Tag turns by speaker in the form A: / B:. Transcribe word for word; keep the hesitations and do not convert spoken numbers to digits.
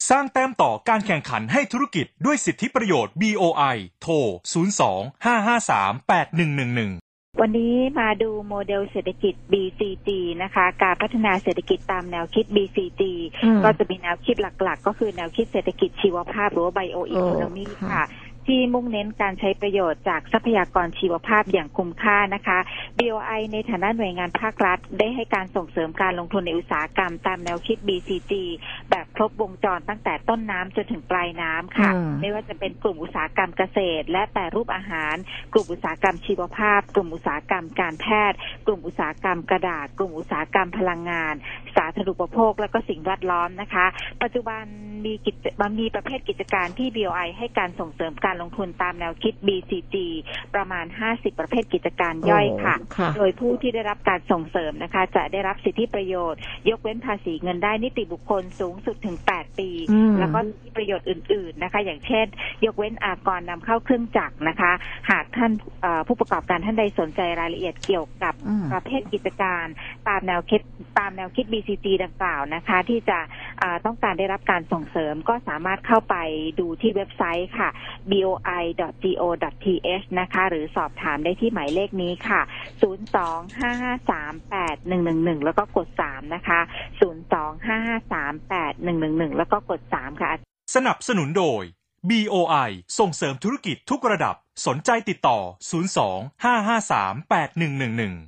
A: สร้างแต้มต่อการแข่งขันให้ธุรกิจด้วยสิทธิประโยชน์ บี โอ ไอ โทร ศูนย์ สอง ห้า ห้า สาม แปด หนึ่ง หนึ่ง หนึ่ง
B: วันนี้มาดูโมเดลเศรษฐกิจ บี ซี จี นะคะการพัฒนาเศรษฐกิจตามแนวคิด บี ซี จี ก็จะมีแนวคิดหลักๆก็คือแนวคิดเศรษฐกิจชีวภาพหรือว่า Bio Economy ค่ะที่มุ่งเน้นการใช้ประโยชน์จากทรัพยากรชีวภาพอย่างคุ้มค่านะคะ บี โอ ไอ ในฐานะหน่วยงานภาครัฐได้ให้การส่งเสริมการลงทุนในอุตสาหกรรมตามแนวคิด บี ซี จี แบบครบวงจรตั้งแต่ต้นน้ำจนถึงปลายน้ำค่ะไม่ว่าจะเป็นกลุ่มอุตสาหกรรมเกษตรและแปรรูปอาหารกลุ่มอุตสาหกรรมชีวภาพกลุ่มอุตสาหกรรมการแพทย์กลุ่มอุตสาหกรรมกระดาษกลุ่มอุตสาหกรรมพลังงานสาธารณูปโภคและก็สิ่งแวดล้อมนะคะปัจจุบันมีกิจมีประเภทกิจการที่ บี โอ ไอ ให้การส่งเสริมการลงทุนตามแนวคิด บี ซี จี ประมาณห้าสิบประเภทกิจการย่อยค่ะโดยผู้ที่ได้รับการส่งเสริมนะคะจะได้รับสิทธิประโยชน์ยกเว้นภาษีเงินได้นิติบุคคลสูงสุดถึงแปดปีแล้วก็สิทธิประโยชน์อื่นๆนะคะอย่างเช่นยกเว้นอากรนำเข้าเครื่องจักรนะคะหากท่านผู้ประกอบการท่านใดสนใจรายละเอียดเกี่ยวกับประเภทกิจการตามแนวคิดตามแนวคิด บี ซี จี ดังกล่าวนะคะที่จะต้องการได้รับการส่งเสริมก็สามารถเข้าไปดูที่เว็บไซต์ค่ะ บี โอ ไอ ดอท จี โอ ดอท ที เอช นะคะหรือสอบถามได้ที่หมายเลขนี้ค่ะศูนย์ สอง ห้า ห้า สาม แปด หนึ่ง หนึ่ง หนึ่งแล้วก็กดสามนะคะศูนย์ สอง ห้า ห้า สาม แปด หนึ่ง หนึ่ง หนึ่งแล้วก็กดสามค่ะ
A: สนับสนุนโดย บี โอ ไอ ส่งเสริมธุรกิจทุกระดับสนใจติดต่อศูนย์ สอง ห้า ห้า สาม แปด หนึ่ง หนึ่ง หนึ่ง